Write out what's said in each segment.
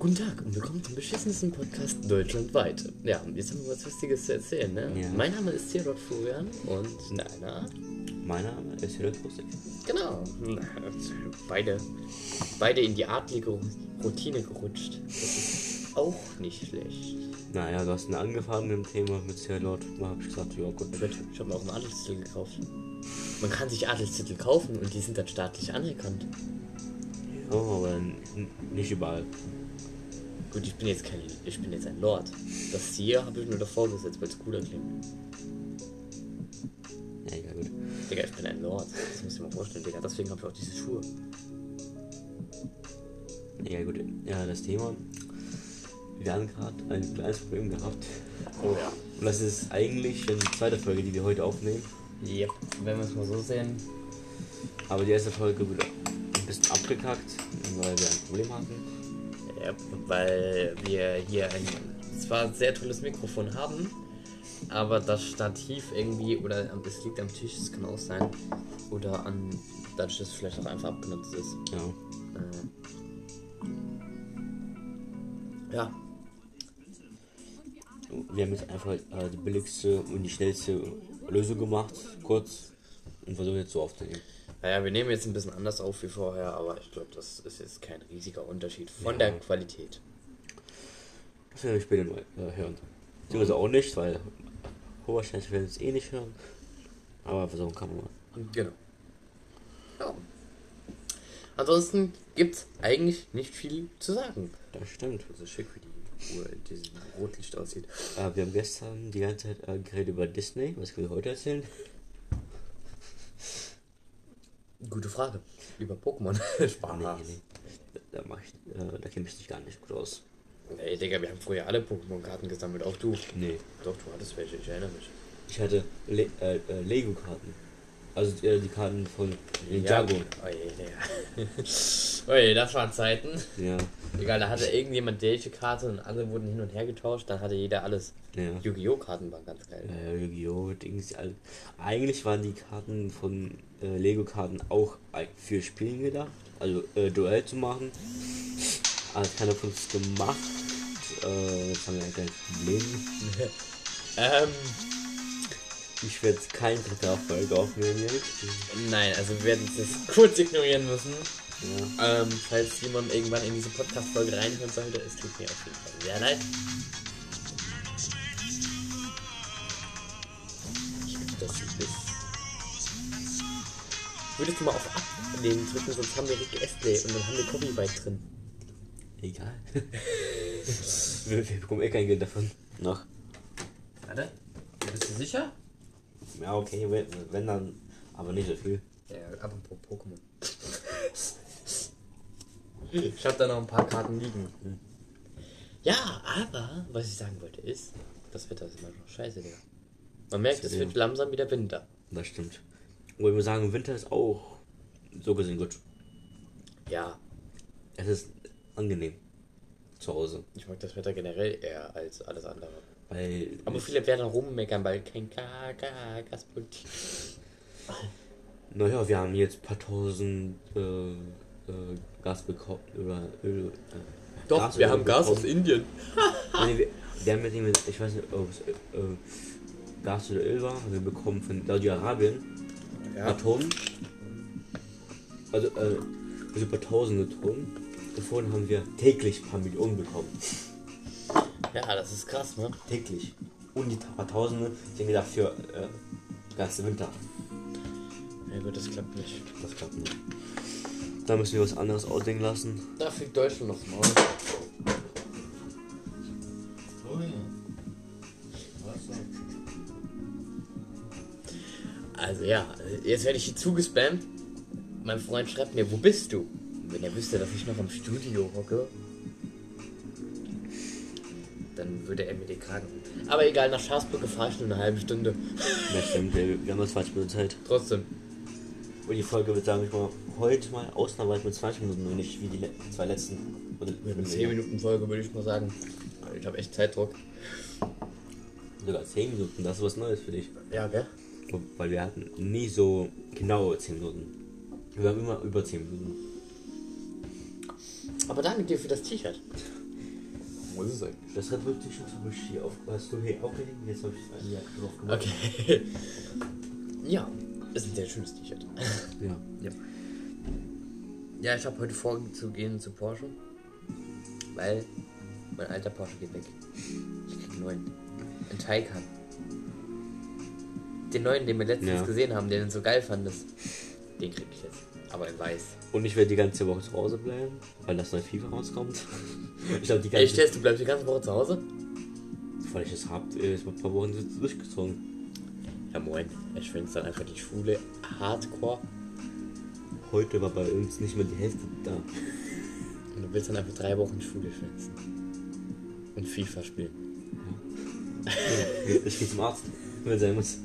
Guten Tag und willkommen zum beschissensten Podcast deutschlandweit. Ja, jetzt haben wir was Lustiges zu erzählen, ne? Ja. Mein Name ist Theodor Florian und Nana. Mein Name ist Hildert Krustig. Genau. Beide in die adlige Routine gerutscht. Das ist auch nicht schlecht. Naja, du hast angefangen mit dem Thema mit Hildert. Da hab ich gesagt, ja gut. Ich habe mir auch einen Adelstitel gekauft. Man kann sich Adelstitel kaufen und die sind dann staatlich anerkannt. Ja, aber nicht überall. Gut, ich bin jetzt ein Lord. Das hier habe ich nur davor gesetzt, weil es cooler klingt. Ja, egal, gut. Digga, ich bin ein Lord. Das musst du dir mal vorstellen, Digga. Deswegen habe ich auch diese Schuhe. Ja, gut. Ja, das Thema. Wir haben gerade ein kleines Problem gehabt. Oh ja. Und das ist eigentlich die zweite Folge, die wir heute aufnehmen. Yep, wenn wir es mal so sehen. Aber die erste Folge wurde ein bisschen abgekackt, weil wir ein Problem hatten. Ja, weil wir hier ein zwar sehr tolles Mikrofon haben, aber das Stativ irgendwie, oder es liegt am Tisch, es kann auch sein, oder dadurch, dass es vielleicht auch einfach abgenutzt ist. Ja. Ja. Wir haben jetzt einfach die billigste und die schnellste Lösung gemacht, kurz, und versuchen jetzt so aufzunehmen. Naja, wir nehmen jetzt ein bisschen anders auf wie vorher, aber ich glaube, das ist jetzt kein riesiger Unterschied von der Qualität. Das werden wir später mal hören. Beziehungsweise auch nicht, weil wahrscheinlich werden wir es eh nicht hören. Aber versuchen kann man mal. Genau. Ja. Ansonsten gibt's eigentlich nicht viel zu sagen. Das stimmt. So schick wie die Uhr in diesem Rotlicht aussieht. Wir haben gestern die ganze Zeit geredet über Disney. Was können wir heute erzählen? Gute Frage. Über Pokémon. Spaß. Nee. Da kenne ich mich gar nicht gut aus. Ey, Digga, wir haben früher alle Pokémon-Karten gesammelt, auch du. Nee. Doch, du hattest welche, ich erinnere mich. Ich hatte Lego-Karten. Also die Karten von Ninjago. Oje, Digga. Oje, das waren Zeiten. Ja. Egal, da hatte irgendjemand welche Karte und alle wurden hin und her getauscht, dann hatte jeder alles. Ja. Yu-Gi-Oh! Karten waren ganz geil. Yu-Gi-Oh! Dings, eigentlich waren die Karten von Lego-Karten auch für Spielen gedacht. Also Duell zu machen. Aber keiner von uns gemacht. Jetzt haben wir ein kleines Problem. Ich werde jetzt keine dritte Folge aufnehmen jetzt. Nein, also wir werden es jetzt kurz ignorieren müssen. Ja. Falls jemand irgendwann in diese Podcast-Folge reinhören sollte, es tut mir auf jeden Fall sehr leid. Ich hoffe, das ist. Würdest du mal auf Ablehnen drücken, sonst haben wir Rick Astley und dann haben wir Copyright drin. Egal. wir bekommen eh kein Geld davon. Noch. Warte, bist du sicher? Ja, okay, wenn dann, aber nicht so viel. Ja, apropos Pokémon. Ich hab da noch ein paar Karten liegen. Ja, aber was ich sagen wollte ist, das Wetter ist immer noch scheiße, Digga. Man merkt, es wird langsam wieder Winter. Das stimmt. Und ich muss sagen, Winter ist auch so gesehen gut. Ja, Es ist angenehm zu Hause. ich mag das Wetter generell eher als alles andere. Weil Aber viele werden rummeckern, weil kein Gaspolitik. naja, wir haben jetzt ein paar tausend Gas bekommen oder Öl. Doch, Gas wir oder haben Gas bekommen. aus Indien. Nee, wir haben jetzt irgendwie, ich weiß nicht, ob es Gas oder Öl war. Wir bekommen von Saudi-Arabien Tonnen. Also ein paar tausende Tonnen. Davon haben wir täglich ein paar Millionen bekommen. Ja, das ist krass, ne? Täglich. Und die paar Tausende sind gedacht für ganzen Winter. Ja gut, das klappt nicht. Das klappt nicht. Da müssen wir was anderes ausdenken lassen. Da fliegt Deutschland aufs Maul. Oh ja. Also ja, jetzt werde ich hier zugespammt. Mein Freund schreibt mir, wo bist du? Und wenn er wüsste, dass ich noch im Studio hocke, dann würde er mir den Kragen. Aber egal, nach Schafsbrücke fahre ich nur eine halbe Stunde. Das stimmt, wir haben noch 20 Minuten Zeit. Trotzdem. Und die Folge wird, sagen wir mal, heute mal ausnahmsweise mit 20 Minuten und nicht wie die zwei letzten. Oder Mit einer 10 Minuten Folge würde ich mal sagen. Ich habe echt Zeitdruck. Sogar 10 Minuten, das ist was Neues für dich. Ja, gell? Weil wir hatten nie so genau 10 Minuten. Wir haben immer über 10 Minuten. Aber danke dir für das T-Shirt. Muss es eigentlich. Das Red Bull T-Shirt habe ich hier hast du hier aufgehängt, jetzt habe ich es ein Jahr drauf gemacht. Okay. Ja, ist ein sehr schönes T-Shirt. Ja. Ja, ich habe heute vorzugehen zu Porsche, weil mein alter Porsche geht weg. Ich krieg einen neuen. Einen Taycan. Den neuen, den wir letztens gesehen haben, den du so geil fandest, den krieg ich jetzt. Aber in weiß. Und ich werde die ganze Woche zu Hause bleiben, weil das neue FIFA rauskommt. Ich habe die ganze Echt jetzt? Du bleibst die ganze Woche zu Hause? Weil ich es hab, ist mal ein paar Wochen durchgezogen. Ja moin. Ich finde es dann einfach die Schule hardcore. Heute war bei uns nicht mehr die Hälfte da. Und du willst dann einfach 3 Wochen Schule schwänzen. Und FIFA spielen. Ich gehe zum Arzt, wenn sein muss.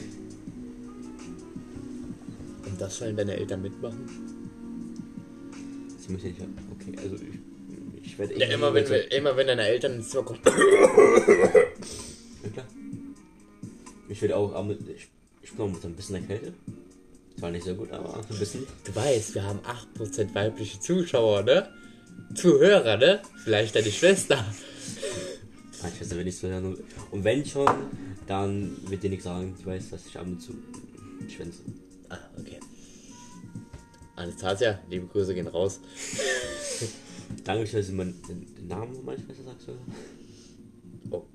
Und das sollen deine Eltern mitmachen? Sie müssen nicht. Okay, also ich werde Ja, immer wenn deine Eltern ins Zimmer kommen. Ja klar. Ich werde auch ich bin auch mit ein bisschen erkältet. Zwar nicht so gut, aber ein bisschen. Du weißt, wir haben 8% weibliche Zuschauer, ne? Zuhörer, ne? Vielleicht deine Schwester. Meine Schwester will nicht so hören. Und wenn schon, dann wird dir nichts sagen. Ich weiß, dass ich ab und zu schwänze. Ah, okay. Anastasia, liebe Grüße gehen raus. Danke, dass du den Namen meiner Schwester sagst. Oder? Oh.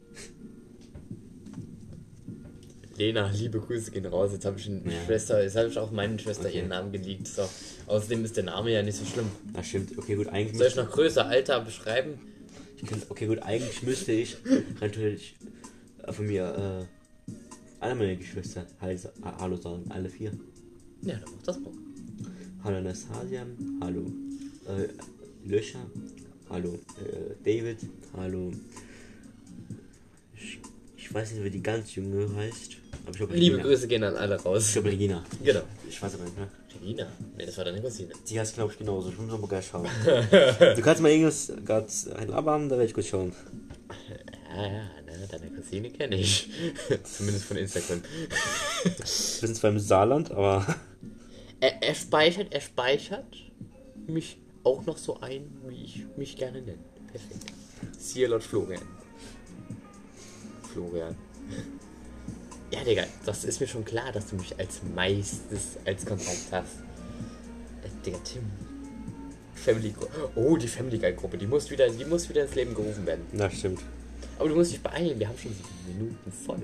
Lena, liebe Grüße gehen raus. Jetzt habe ich jetzt habe ich auch meinen Schwester ihren Namen geleakt. So. Außerdem ist der Name ja nicht so schlimm. Das stimmt. Okay, gut, eigentlich. Soll ich noch Größe, Alter beschreiben? Okay, gut, eigentlich müsste ich natürlich von mir alle meine Geschwister Hallo sagen, alle 4. Ja, dann mach das mal. Hallo Anastasia, hallo Löscher, hallo David, hallo. Ich weiß nicht, wie die ganz junge heißt. Aber ich glaube, Liebe Grüße gehen an alle raus. Ich glaube, Regina. Genau. Ich weiß aber nicht mehr. Regina? Ne, das war deine Cousine. Die heißt, glaube ich, genauso. Ich muss noch mal gleich schauen. Du kannst mal irgendwas gerade ein labern, da werde ich kurz schauen. Ja, ne, deine Cousine kenne ich. Zumindest von Instagram. Wir sind zwar im Saarland, aber. Er speichert mich auch noch so ein, wie ich mich gerne nenne. Perfekt. Siehe Lord Florian. Ja, Digga, das ist mir schon klar, dass du mich als meistes als Kontakt hast. Digga, Tim. Family Oh, die Family Guy Gruppe, die muss wieder ins Leben gerufen werden. Na, stimmt. Aber du musst dich beeilen, wir haben schon 7 Minuten voll.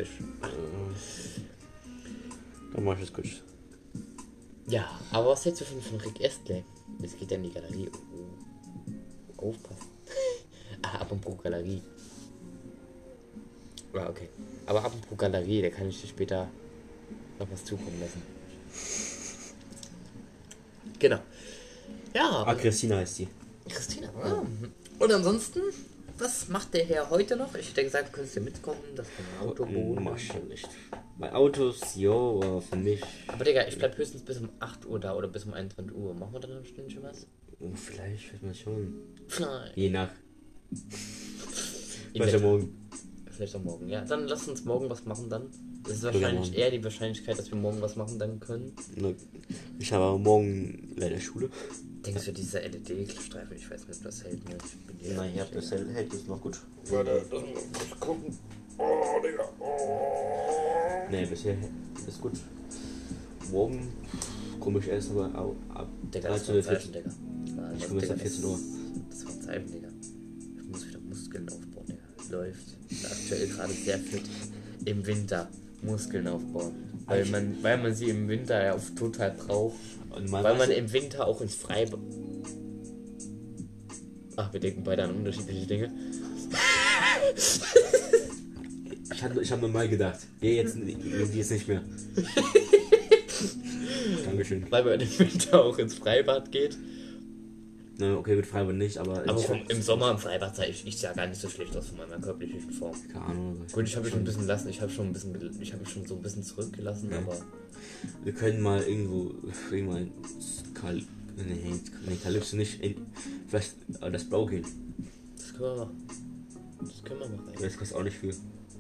Dann mach ich es kurz. Ja, aber was hältst du von Rick Astley? Das geht ja in die Galerie. Oh. Aufpassen. Apropos Galerie. Ja, okay. Aber apropos Galerie, da kann ich dir später noch was zukommen lassen. Genau. Ja. Christina heißt sie. Christina. Ja. Und ansonsten, was macht der Herr heute noch? Ich hätte gesagt, du könntest ja mitkommen, dass dein Auto mach ich schon nicht. Bei Autos, jo, für mich. Aber Digga, ich bleib höchstens bis um 8 Uhr da oder bis um 21 Uhr. Machen wir dann ein Stündchen was? Vielleicht wird man schon. Nein. Je nach. Vielleicht am Morgen. Vielleicht am Morgen, ja. Dann lass uns morgen was machen dann. Das ist wahrscheinlich eher die Wahrscheinlichkeit, dass wir morgen was machen dann können. Ich habe morgen leider Schule. Denkst du, dieser LED-Streifen, ich weiß nicht, ob das hält. Ne? Nein, ja, das hält ist noch gut. Warte, dann muss ich gucken. Oh, Digga. Oh. Ne, bisher ist gut. Morgen komme ich erst aber ab 13 Uhr. Digga. Ich komme erst ab 14 Uhr. Das war Zeichen, Digga. Ich muss wieder Muskeln aufbauen, Digga. Läuft. Aktuell gerade sehr fit. Im Winter Muskeln aufbauen. Weil man sie im Winter ja oft total braucht. Und weil man im Winter auch ins Freibad. Ach, wir denken beide an unterschiedliche Dinge. Ich hab nur mal gedacht. Jetzt nicht mehr. Dankeschön. Weil man im Winter auch ins Freibad geht. Na, okay, mit Freibad nicht, aber im Sommer im Freibad sah ich ja gar nicht so schlecht aus von meiner körperlichen Form. Keine Ahnung. Gut, ich habe mich schon ein bisschen lassen, ich habe mich schon so ein bisschen zurückgelassen, aber. Wir können mal irgendwann Kalypso nicht, vielleicht das Blau gehen. Das können wir machen. Das kostet auch nicht viel.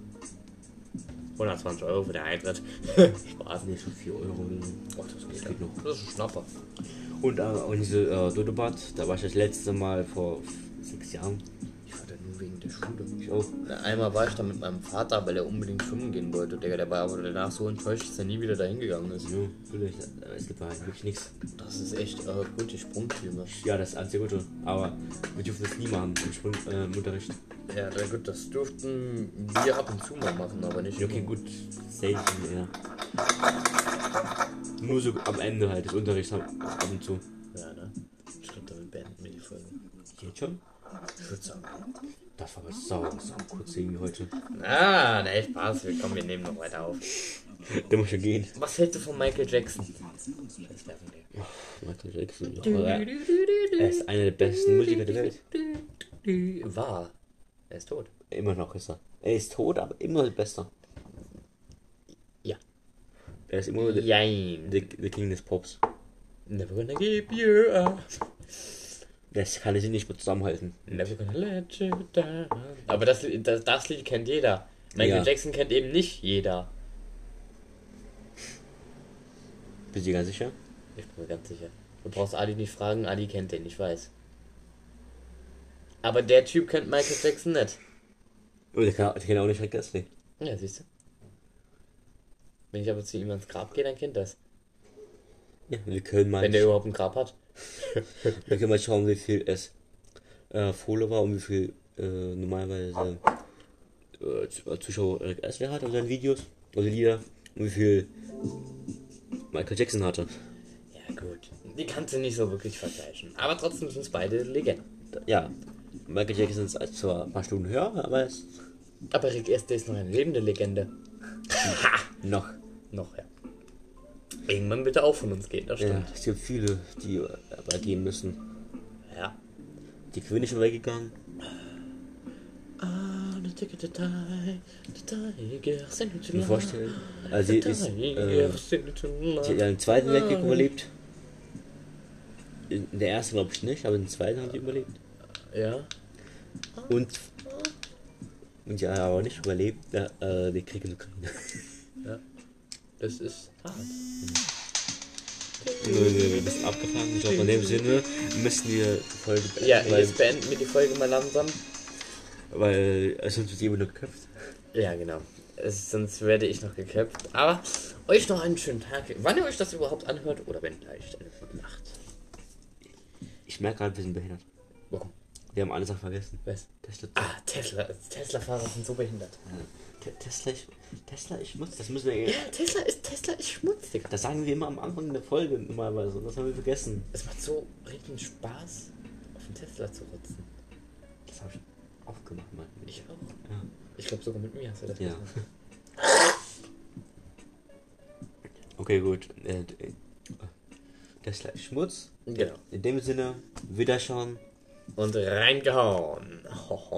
120 Euro für den Eintritt. Spaß. Nee, schon 4 Euro oder so. Oh, das geht noch. Das ist ein Schnapper. Und diese Dodobad, da war ich das letzte Mal vor 6 Jahren. Ich war Alter, nur wegen der Schule. Ich auch. Einmal war ich da mit meinem Vater, weil er unbedingt schwimmen gehen wollte. Digga, der war aber danach so enttäuscht, dass er nie wieder dahin gegangen ist. Ja, natürlich. Aber es gibt halt wirklich nichts. Das ist echt gut, die Sprungtürme. Ja, das ist alles sehr gut. Aber wir dürfen das nie machen im Sprung, im Unterricht. Ja, na gut, das durften wir ab und zu mal machen, aber nicht. Ja, okay, gut. Selten, ja. Nur so am Ende halt des Unterrichts ab und zu. Ja, ne? Ich glaube, damit beenden wir die Folge. Jetzt schon? Ich würde sagen. Das war aber sau kurz irgendwie heute. Ah, ne, Spaß. Komm, wir nehmen noch weiter auf. Der muss ja gehen. Was hältst du von Michael Jackson? Michael Jackson. Er ist einer der besten Musiker der Welt. War. Er ist tot. Immer noch ist er. Er ist tot, aber immer der Beste. Ja. Er ist immer der Jein. the King des Pops. Never gonna give you up. Das kann ich nicht mehr zusammenhalten. Never gonna let you down. Aber das Lied kennt jeder. Michael Jackson kennt eben nicht jeder. Bist du ganz sicher? Ich bin mir ganz sicher. Du brauchst Ali nicht fragen, Ali kennt den, ich weiß. Aber der Typ kennt Michael Jackson nicht. Oh, der kennt auch nicht Rick Astley. Ja, siehst du. Wenn ich aber zu ihm ans Grab gehe, dann kennt das. Ja, wir können mal. Wenn der überhaupt ein Grab hat. Wir können mal schauen, wie viel es Follower und wie viel normalerweise Zuschauer Rick Astley hat auf seinen Videos oder Lieder und wie viel Michael Jackson hatte. Ja gut, die kannst du nicht so wirklich vergleichen. Aber trotzdem sind es beide Legenden. Ja, Michael Jackson ist zwar ein paar Stunden höher, aber es Aber Rick Astley ist noch eine lebende Legende. noch. Noch, ja. Irgendwann wird er auch von uns gehen, das Ja, stimmt. es gibt viele, die aber gehen müssen. Ja. Die Queen ist schon weggegangen. Ich kann mir vorstellen. Also sie ist, sie hat ja den Zweiten Weltkrieg überlebt. In der ersten glaube ich nicht, aber den zweiten haben sie überlebt. Ja. Und sie hat aber nicht überlebt, den Krieg in der Ukraine. Ja. Das ist hart. Ein bisschen abgefangen. Ich glaube, in dem Sinne müssen wir die Folge beenden. Ja, jetzt beenden wir die Folge mal langsam. Weil es uns jemand nur geköpft. Ja, genau. Sonst werde ich noch geköpft. Aber euch noch einen schönen Tag. Wann ihr euch das überhaupt anhört oder wenn gleich eine gute Nacht. Ich merke gerade, wir sind behindert. Warum? Wir haben eine Sache vergessen. Was? Tesla. Tesla. Tesla-Fahrer sind so behindert. Tesla ist Schmutz. Das müssen wir. Ja, Tesla ist schmutzig. Das sagen wir immer am Anfang der Folge normalerweise. Und das haben wir vergessen. Es macht so richtig Spaß, auf den Tesla zu rotzen. Das habe ich auch gemacht, Mann. Ich auch. Ja. Ich glaube sogar mit mir hast du das Ja. gemacht. Okay, gut. Tesla ist Schmutz. Genau. In dem Sinne, Wiederschauen. Und reingehauen.